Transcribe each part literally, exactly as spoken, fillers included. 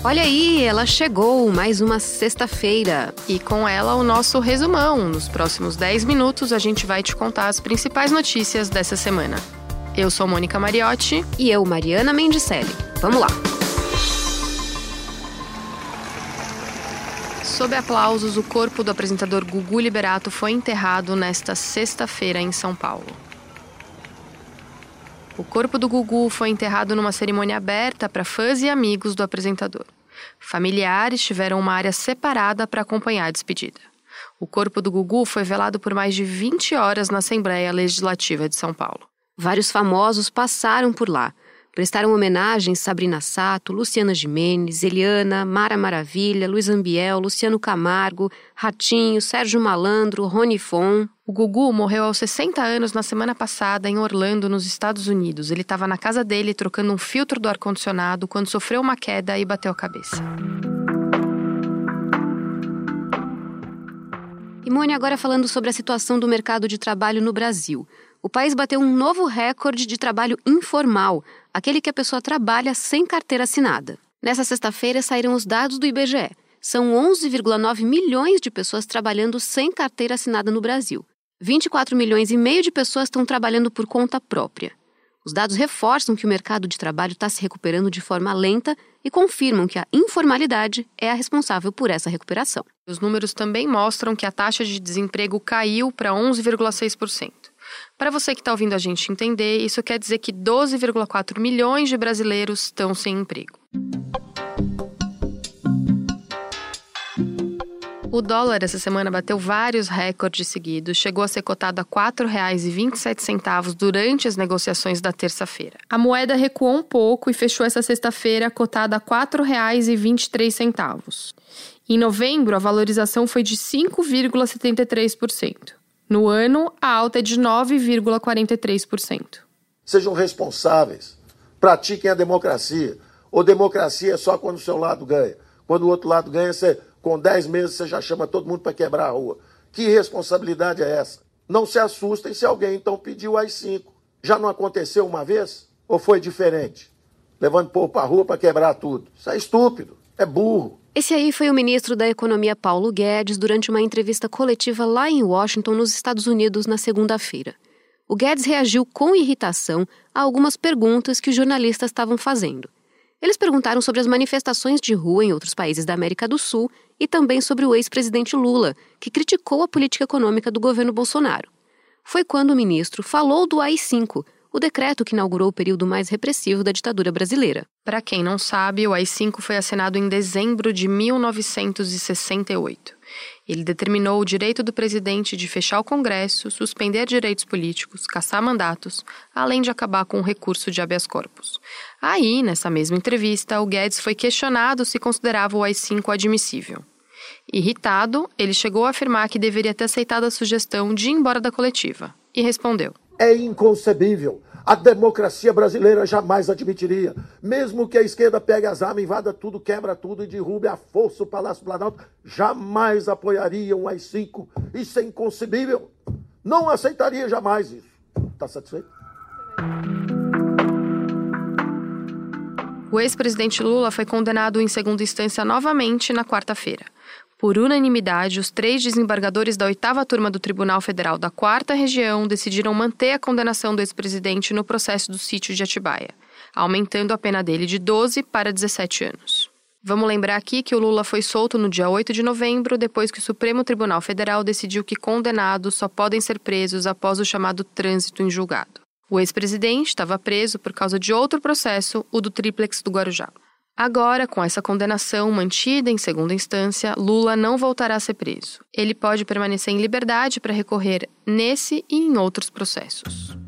Olha aí, ela chegou, mais uma sexta-feira. E com ela o nosso resumão. Nos próximos dez minutos a gente vai te contar as principais notícias dessa semana. Eu sou Mônica Mariotti. E eu, Mariana Mendicelli. Vamos lá. Sob aplausos, o corpo do apresentador Gugu Liberato foi enterrado nesta sexta-feira em São Paulo. O corpo do Gugu foi enterrado numa cerimônia aberta para fãs e amigos do apresentador. Familiares tiveram uma área separada para acompanhar a despedida. O corpo do Gugu foi velado por mais de vinte horas na Assembleia Legislativa de São Paulo. Vários famosos passaram por lá. Prestaram homenagens Sabrina Sato, Luciana Gimenez, Eliana, Mara Maravilha, Luiz Ambiel, Luciano Camargo, Ratinho, Sérgio Malandro, Rony Fon. O Gugu morreu aos sessenta anos na semana passada em Orlando, nos Estados Unidos. Ele estava na casa dele trocando um filtro do ar-condicionado quando sofreu uma queda e bateu a cabeça. E Mônica, agora falando sobre a situação do mercado de trabalho no Brasil. O país bateu um novo recorde de trabalho informal, aquele que a pessoa trabalha sem carteira assinada. Nessa sexta-feira saíram os dados do I B G E. São onze vírgula nove milhões de pessoas trabalhando sem carteira assinada no Brasil. vinte e quatro milhões e meio de pessoas estão trabalhando por conta própria. Os dados reforçam que o mercado de trabalho está se recuperando de forma lenta e confirmam que a informalidade é a responsável por essa recuperação. Os números também mostram que a taxa de desemprego caiu para onze vírgula seis por cento. Para você que está ouvindo a gente entender, isso quer dizer que doze vírgula quatro milhões de brasileiros estão sem emprego. O dólar essa semana bateu vários recordes seguidos, chegou a ser cotado a quatro reais e vinte e sete centavos durante as negociações da terça-feira. A moeda recuou um pouco e fechou essa sexta-feira cotada a quatro reais e vinte e três centavos. Em novembro, a valorização foi de cinco vírgula setenta e três por cento. No ano, a alta é de nove vírgula quarenta e três por cento. Sejam responsáveis, pratiquem a democracia. Ou democracia é só quando o seu lado ganha. Quando o outro lado ganha, você, com dez meses você já chama todo mundo para quebrar a rua. Que responsabilidade é essa? Não se assustem se alguém então pediu o A I cinco. Já não aconteceu uma vez? Ou foi diferente? Levando o povo para a rua para quebrar tudo. Isso é estúpido, é burro. Esse aí foi o ministro da Economia Paulo Guedes durante uma entrevista coletiva lá em Washington, nos Estados Unidos, na segunda-feira. O Guedes reagiu com irritação a algumas perguntas que os jornalistas estavam fazendo. Eles perguntaram sobre as manifestações de rua em outros países da América do Sul e também sobre o ex-presidente Lula, que criticou a política econômica do governo Bolsonaro. Foi quando o ministro falou do A I cinco, o decreto que inaugurou o período mais repressivo da ditadura brasileira. Para quem não sabe, o A I cinco foi assinado em dezembro de mil novecentos e sessenta e oito. Ele determinou o direito do presidente de fechar o Congresso, suspender direitos políticos, cassar mandatos, além de acabar com o recurso de habeas corpus. Aí, nessa mesma entrevista, o Guedes foi questionado se considerava o A I cinco admissível. Irritado, ele chegou a afirmar que deveria ter aceitado a sugestão de ir embora da coletiva e respondeu: É inconcebível. A democracia brasileira jamais admitiria. Mesmo que a esquerda pegue as armas, invada tudo, quebra tudo e derrube à força o Palácio Planalto, jamais apoiaria um A I cinco. Isso é inconcebível. Não aceitaria jamais isso. Está satisfeito? O ex-presidente Lula foi condenado em segunda instância novamente na quarta-feira. Por unanimidade, os três desembargadores da oitava turma do Tribunal Federal da quarta Região decidiram manter a condenação do ex-presidente no processo do sítio de Atibaia, aumentando a pena dele de doze para dezessete anos. Vamos lembrar aqui que o Lula foi solto no dia oito de novembro, depois que o Supremo Tribunal Federal decidiu que condenados só podem ser presos após o chamado trânsito em julgado. O ex-presidente estava preso por causa de outro processo, o do tríplex do Guarujá. Agora, com essa condenação mantida em segunda instância, Lula não voltará a ser preso. Ele pode permanecer em liberdade para recorrer nesse e em outros processos.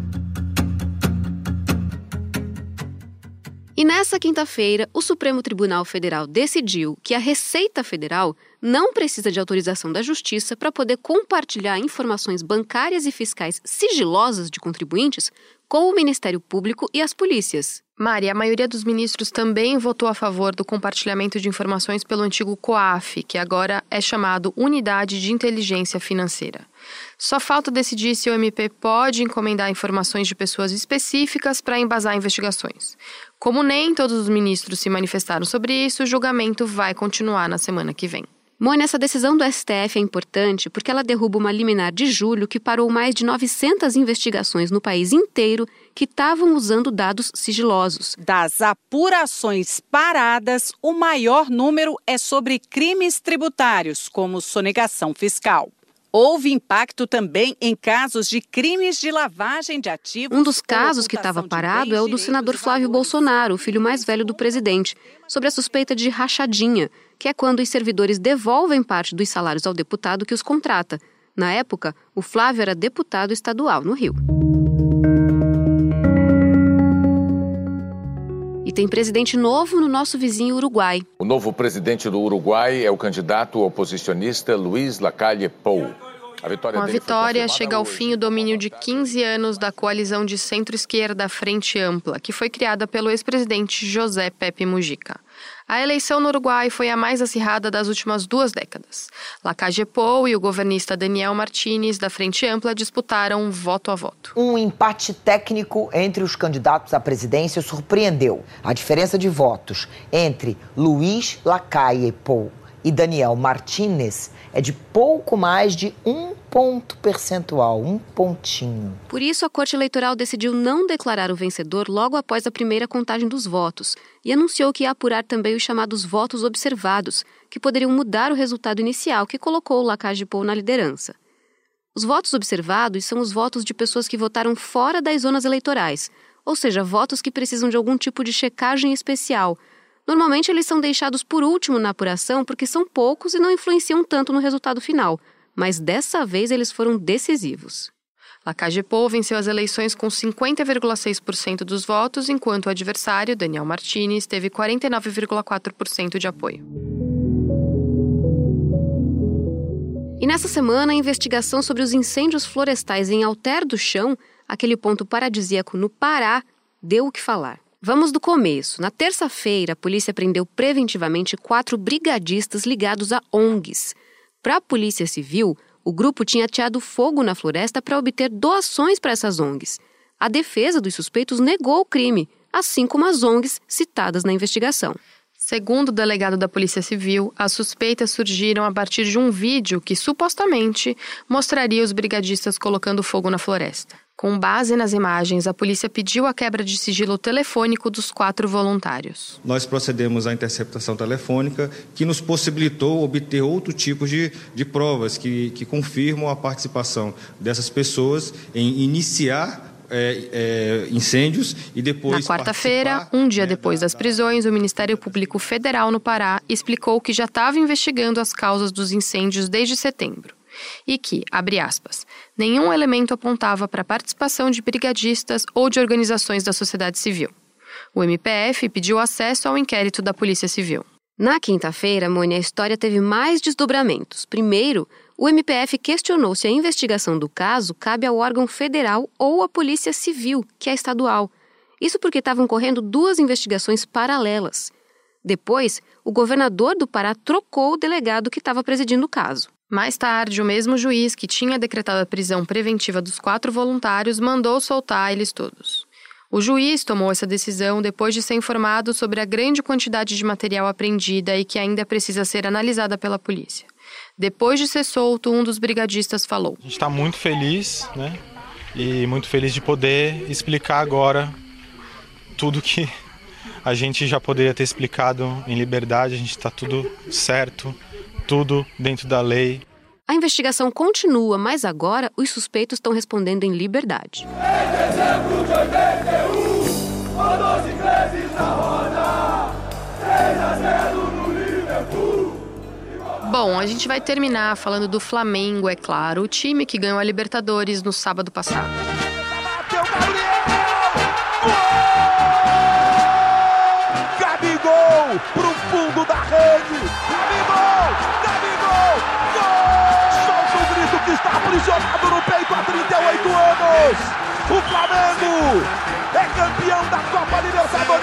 E nessa quinta-feira, o Supremo Tribunal Federal decidiu que a Receita Federal não precisa de autorização da Justiça para poder compartilhar informações bancárias e fiscais sigilosas de contribuintes com o Ministério Público e as polícias. Mari, a maioria dos ministros também votou a favor do compartilhamento de informações pelo antigo COAF, que agora é chamado Unidade de Inteligência Financeira. Só falta decidir se o M P pode encomendar informações de pessoas específicas para embasar investigações. Como nem todos os ministros se manifestaram sobre isso, o julgamento vai continuar na semana que vem. Mônica, essa decisão do S T F é importante porque ela derruba uma liminar de julho que parou mais de novecentas investigações no país inteiro que estavam usando dados sigilosos. Das apurações paradas, o maior número é sobre crimes tributários, como sonegação fiscal. Houve impacto também em casos de crimes de lavagem de ativos. Um dos casos que estava parado é o do senador Flávio Bolsonaro, o filho mais velho do presidente, sobre a suspeita de rachadinha, que é quando os servidores devolvem parte dos salários ao deputado que os contrata. Na época, o Flávio era deputado estadual no Rio. E tem presidente novo no nosso vizinho Uruguai. O novo presidente do Uruguai é o candidato oposicionista Luiz Lacalle Pou. A vitória Com a vitória, chega ao fim o domínio de quinze anos da coalizão de centro-esquerda Frente Ampla, que foi criada pelo ex-presidente José Pepe Mujica. A eleição no Uruguai foi a mais acirrada das últimas duas décadas. Lacalle Pou e o governista Daniel Martínez, da Frente Ampla, disputaram voto a voto. Um empate técnico entre os candidatos à presidência surpreendeu. A diferença de votos entre Luiz Lacalle Pou e Daniel Martínez é de pouco mais de um ponto percentual, um pontinho. Por isso, a Corte Eleitoral decidiu não declarar o vencedor logo após a primeira contagem dos votos e anunciou que ia apurar também os chamados votos observados, que poderiam mudar o resultado inicial que colocou o Lacalle Pou na liderança. Os votos observados são os votos de pessoas que votaram fora das zonas eleitorais, ou seja, votos que precisam de algum tipo de checagem especial. Normalmente, eles são deixados por último na apuração porque são poucos e não influenciam tanto no resultado final. Mas dessa vez eles foram decisivos. Lacalle Pou venceu as eleições com cinquenta vírgula seis por cento dos votos, enquanto o adversário, Daniel Martínez, teve quarenta e nove vírgula quatro por cento de apoio. E nessa semana, a investigação sobre os incêndios florestais em Alter do Chão, aquele ponto paradisíaco no Pará, deu o que falar. Vamos do começo. Na terça-feira, a polícia prendeu preventivamente quatro brigadistas ligados a O N Gs. Para a Polícia Civil, o grupo tinha ateado fogo na floresta para obter doações para essas O N Gs. A defesa dos suspeitos negou o crime, assim como as O N Gs citadas na investigação. Segundo o delegado da Polícia Civil, as suspeitas surgiram a partir de um vídeo que, supostamente, mostraria os brigadistas colocando fogo na floresta. Com base nas imagens, a polícia pediu a quebra de sigilo telefônico dos quatro voluntários. Nós procedemos à interceptação telefônica, que nos possibilitou obter outro tipo de, de provas que, que confirmam a participação dessas pessoas em iniciar É, é, incêndios e depois... Na quarta-feira, um dia depois das prisões, o Ministério Público Federal no Pará explicou que já estava investigando as causas dos incêndios desde setembro e que, abre aspas, nenhum elemento apontava para a participação de brigadistas ou de organizações da sociedade civil. O M P F pediu acesso ao inquérito da Polícia Civil. Na quinta-feira, Mônica, a história teve mais desdobramentos. Primeiro, o M P F questionou se a investigação do caso cabe ao órgão federal ou à Polícia Civil, que é estadual. Isso porque estavam correndo duas investigações paralelas. Depois, o governador do Pará trocou o delegado que estava presidindo o caso. Mais tarde, o mesmo juiz que tinha decretado a prisão preventiva dos quatro voluntários mandou soltar eles todos. O juiz tomou essa decisão depois de ser informado sobre a grande quantidade de material apreendida e que ainda precisa ser analisada pela polícia. Depois de ser solto, um dos brigadistas falou: A gente está muito feliz, né? E muito feliz de poder explicar agora tudo que a gente já poderia ter explicado em liberdade. A gente está tudo certo, tudo dentro da lei. A investigação continua, mas agora os suspeitos estão respondendo em liberdade. Bom, a gente vai terminar falando do Flamengo, é claro, o time que ganhou a Libertadores no sábado passado. Gabigol pro fundo da rede. Gabigol! Gabigol! Gol! Solta o grito que está aprisionado no peito há trinta e oito anos. O Flamengo é campeão da Copa Libertadores.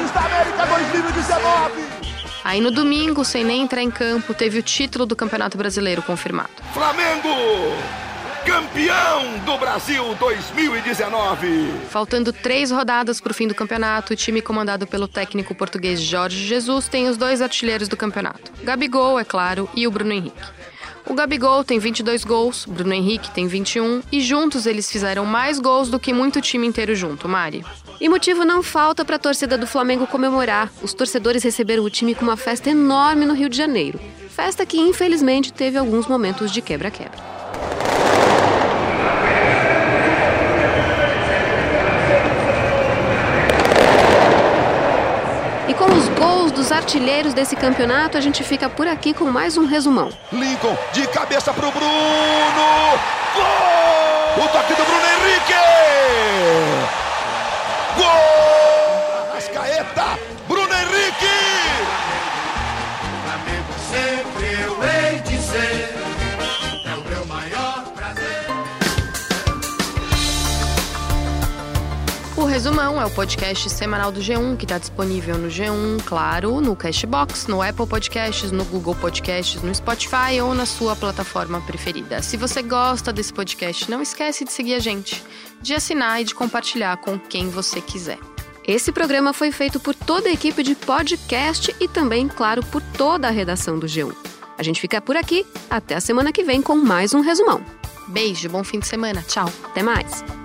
Aí no domingo, sem nem entrar em campo, teve o título do Campeonato Brasileiro confirmado. Flamengo, campeão do Brasil dois mil e dezenove. Faltando três rodadas para o fim do campeonato, o time comandado pelo técnico português Jorge Jesus tem os dois artilheiros do campeonato. Gabigol, é claro, e o Bruno Henrique. O Gabigol tem vinte e dois gols, o Bruno Henrique tem vinte e um e juntos eles fizeram mais gols do que muito time inteiro junto, Mari. E motivo não falta para a torcida do Flamengo comemorar. Os torcedores receberam o time com uma festa enorme no Rio de Janeiro. Festa que, infelizmente, teve alguns momentos de quebra-quebra. E com os gols dos artilheiros desse campeonato, a gente fica por aqui com mais um resumão. Lincoln de cabeça pro Bruno! Gol! O toque do Bruno Henrique! Gol! Arrascaeta! Bruno Henrique! Flamengo sempre eu hei de ser, é o meu maior prazer. O Resumão é o podcast semanal do G um, que está disponível no G um, claro, no Cashbox, no Apple Podcasts, no Google Podcasts, no Spotify ou na sua plataforma preferida. Se você gosta desse podcast, não esquece de seguir a gente, de assinar e de compartilhar com quem você quiser. Esse programa foi feito por toda a equipe de podcast e também, claro, por toda a redação do G um. A gente fica por aqui, até a semana que vem com mais um Resumão. Beijo, bom fim de semana, tchau. Até mais.